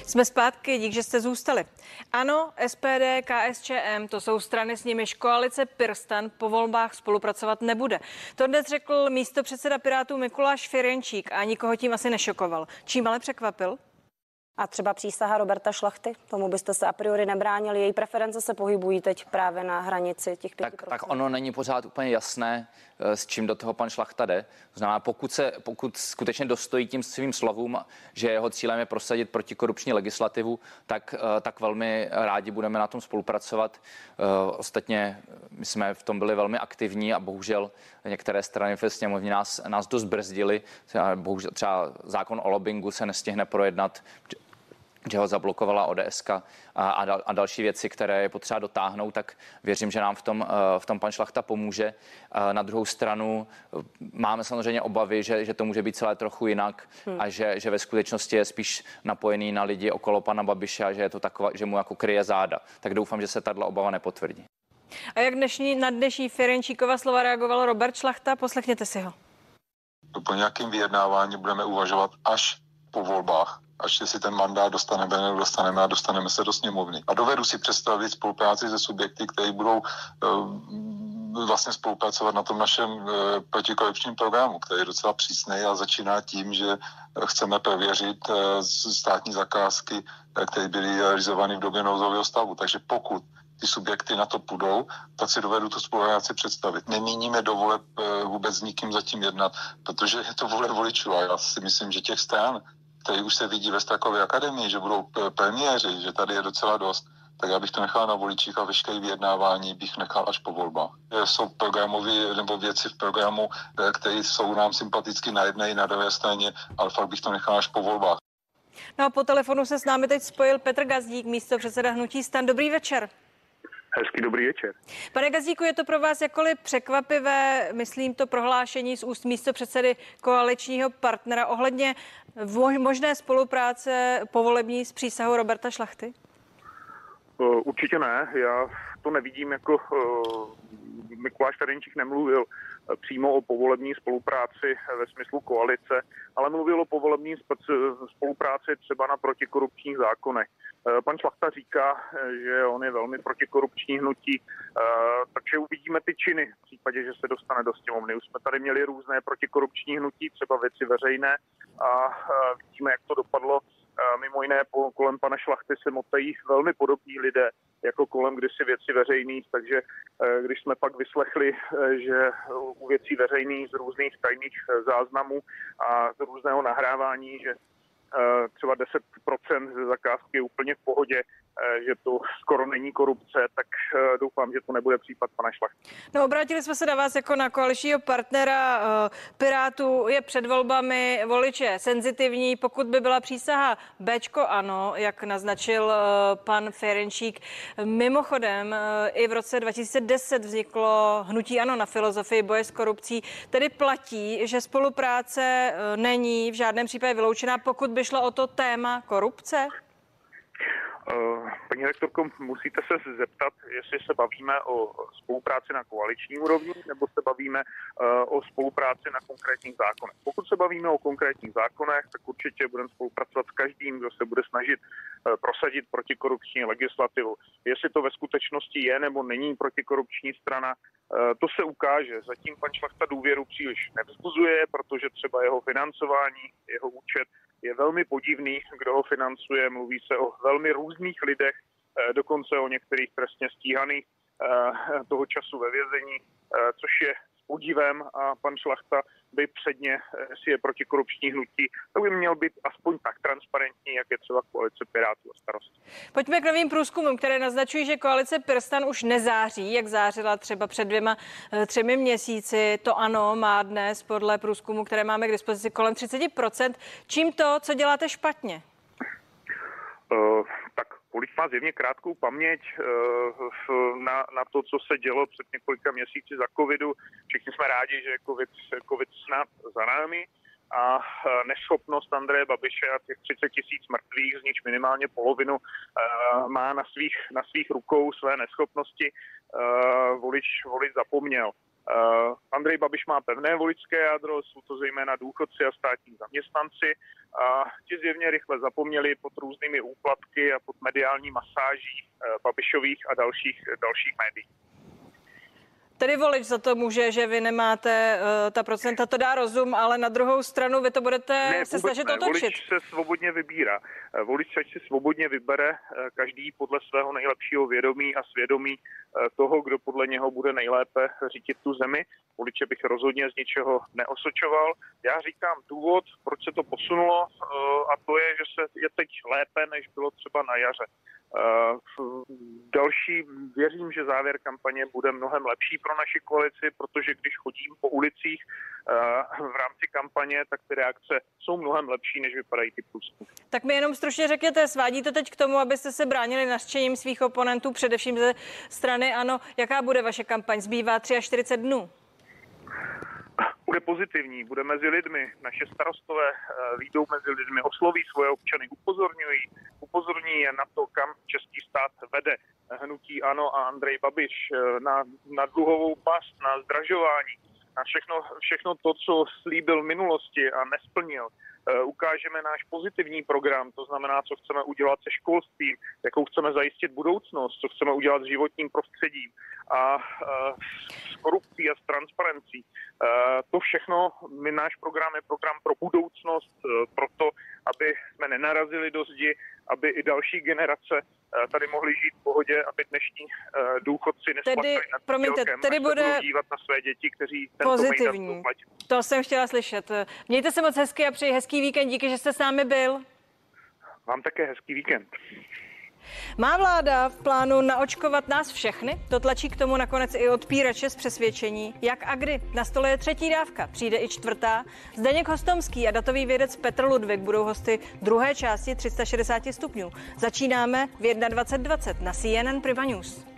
Jsme zpátky, dík, že jste zůstali. Ano, SPD, KSČM, to jsou strany, s nimiž koalice PirSTAN po volbách spolupracovat nebude. To dnes řekl místopředseda Pirátů Mikuláš Ferjenčík a nikoho tím asi nešokoval. Čím ale překvapil? A třeba přísaha Roberta Šlachty? Tomu byste se a priori nebránili. Její preference se pohybují teď právě na hranici těch 5%. Tak ono není pořád úplně jasné, s čím do toho pan Šlachta jde. To znamená, pokud skutečně dostojí tím svým slovům, že jeho cílem je prosadit protikorupční legislativu, tak velmi rádi budeme na tom spolupracovat. Ostatně my jsme v tom byli velmi aktivní a bohužel některé strany ve sněmovně nás dost brzdily. Bohužel třeba zákon o lobbingu se nestihne projednat, že ho zablokovala ODSka a další věci, které je potřeba dotáhnout, tak věřím, že nám v tom pan Šlachta pomůže. Na druhou stranu máme samozřejmě obavy, že to může být celé trochu jinak a že ve skutečnosti je spíš napojený na lidi okolo pana Babiše a že je to taková, že mu jako kryje záda. Tak doufám, že se tato obava nepotvrdí. A jak na dnešní Ferjenčíkova slova reagoval Robert Šlachta? Poslechněte si ho. Po nějakém vyjednávání budeme uvažovat až po volbách, až si ten mandát dostaneme a dostaneme se do sněmovny. A dovedu si představit spolupráci se subjekty, které budou vlastně spolupracovat na tom našem protikorupčním programu, který je docela přísný a začíná tím, že chceme prověřit státní zakázky, které byly realizovány v době nouzového stavu. Takže pokud ty subjekty na to půjdou, tak si dovedu tu spolupráci představit. Nemíníme do voleb vůbec s nikým zatím jednat, protože je to vůle voličů a já si myslím, že těch stran, který už se vidí ve Strakové akademii, že budou premiéři, že tady je docela dost, tak já bych to nechal na voličích a veškeré vyjednávání bych nechal až po volbách. Jsou programové nebo věci v programu, které jsou nám sympaticky na jedné i na druhé straně, ale fakt bych to nechal až po volbách. No a po telefonu se s námi teď spojil Petr Gazdík, místopředseda hnutí STAN. Dobrý večer. Hezký dobrý večer. Pane Gazdíku, je to pro vás jakkoliv překvapivé, myslím to prohlášení z úst místopředsedy koaličního partnera ohledně možné spolupráce povolební s přísahou Roberta Šlachty? Určitě ne, já to nevidím jako Mikuláš Ferjenčík nemluvil přímo o povolební spolupráci ve smyslu koalice, ale mluvil o povolební spolupráci třeba na protikorupčních zákonech. Pan Šlachta říká, že on je velmi protikorupční hnutí, takže uvidíme ty činy v případě, že se dostane do sněmovny. Už jsme tady měli různé protikorupční hnutí, třeba Věci veřejné a vidíme, jak to dopadlo. Mimo jiné kolem pana Šlachty se motají velmi podobní lidé jako kolem kdysi Věcí veřejných, takže když jsme pak vyslechli, že u Věcí veřejných z různých tajných záznamů a z různého nahrávání, že třeba 10% ze zakázky je úplně v pohodě, že to skoro není korupce, tak doufám, že to nebude případ pana Šlachty. No, obrátili jsme se na vás jako na koaličního partnera Pirátů. Je před volbami, voliče senzitivní. Pokud by byla přísaha Bčko ano, jak naznačil pan Ferjenčík. Mimochodem i v roce 2010 vzniklo hnutí ANO na filozofii boje s korupcí. Tedy platí, že spolupráce není v žádném případě vyloučená, pokud by šlo o to téma korupce? Paní rektorko, musíte se zeptat, jestli se bavíme o spolupráci na koaliční úrovni, nebo se bavíme o spolupráci na konkrétních zákonech. Pokud se bavíme o konkrétních zákonech, tak určitě budeme spolupracovat s každým, kdo se bude snažit prosadit protikorupční legislativu. Jestli to ve skutečnosti je nebo není protikorupční strana, to se ukáže. Zatím pan Šlachta důvěru příliš nevzbuzuje, protože třeba jeho financování, jeho účet je velmi podivný, kdo ho financuje. Mluví se o velmi různých lidech, dokonce o některých trestně stíhaných toho času ve vězení, což je s podivem a pan Šlachta by předně, jestli je protikorupční hnutí, to by měl být aspoň tak transparentní, jak je třeba koalice Pirátů a Starostů. Pojďme k novým průzkumům, které naznačují, že koalice PirSTAN už nezáří, jak zářila třeba před 2-3 měsíci. To ano, má dnes podle průzkumu, které máme k dispozici, kolem 30%. Čím to, co děláte špatně? Tak volič má zjevně krátkou paměť na to, co se dělo před několika měsíci za covidu. Všichni jsme rádi, že je covid snad za námi a neschopnost Andreje Babiše a těch 30 000 mrtvých, z nichž minimálně polovinu má na svých rukou své neschopnosti, volič zapomněl. Andrej Babiš má pevné voličské jádro, jsou to zejména důchodci a státní zaměstnanci. A ti zjevně rychle zapomněli pod různými úplatky a pod mediální masáží Babišových a dalších médií. Tedy volič za to může, že vy nemáte ta procenta, to dá rozum, ale na druhou stranu vy to budete se snažit otočit. Volič se svobodně vybírá. Volič si svobodně vybere každý podle svého nejlepšího vědomí a svědomí toho, kdo podle něho bude nejlépe řídit tu zemi. Voliče bych rozhodně z ničeho neosočoval. Já říkám důvod, proč se to posunulo, a to je, že je teď lépe, než bylo třeba na jaře. Věřím, že závěr kampaně bude mnohem lepší pro naši koalici, protože když chodím po ulicích v rámci kampaně, tak ty reakce jsou mnohem lepší, než vypadají ty průzkumy. Tak mi jenom stručně řekněte, svádíte teď k tomu, abyste se bránili nařčením svých oponentů, především ze strany ANO. Jaká bude vaše kampaň? Zbývá 43 dnů. Bude pozitivní, bude mezi lidmi, naše starostové výjdou mezi lidmi, osloví svoje občany, upozorní je na to, kam český stát vede hnutí ANO a Andrej Babiš, na dluhovou past, na zdražování, na všechno to, co slíbil v minulosti a nesplnil. Ukážeme náš pozitivní program, to znamená, co chceme udělat se školstvím, jakou chceme zajistit budoucnost, co chceme udělat s životním prostředím a s korupcí a s transparencí. To všechno, náš program je program pro budoucnost, proto, aby jsme nenarazili do zdi, aby i další generace tady mohly žít v pohodě, aby dnešní důchodci nesplakali nad výdělkem, tedy bude dívat na své děti, kteří tento pozitivní. To jsem chtěla slyšet. Mějte se moc hezky a přeji hezký víkend. Díky, že jste s námi byl. Vám také hezký víkend. Má vláda v plánu naočkovat nás všechny? To tlačí k tomu nakonec i odpírače z přesvědčení. Jak a kdy? Na stole je 3. dávka, přijde i 4. Zdeněk Hostomský a datový vědec Petr Ludvík budou hosty druhé části 360 stupňů. Začínáme v 21:20 na CNN Prima News.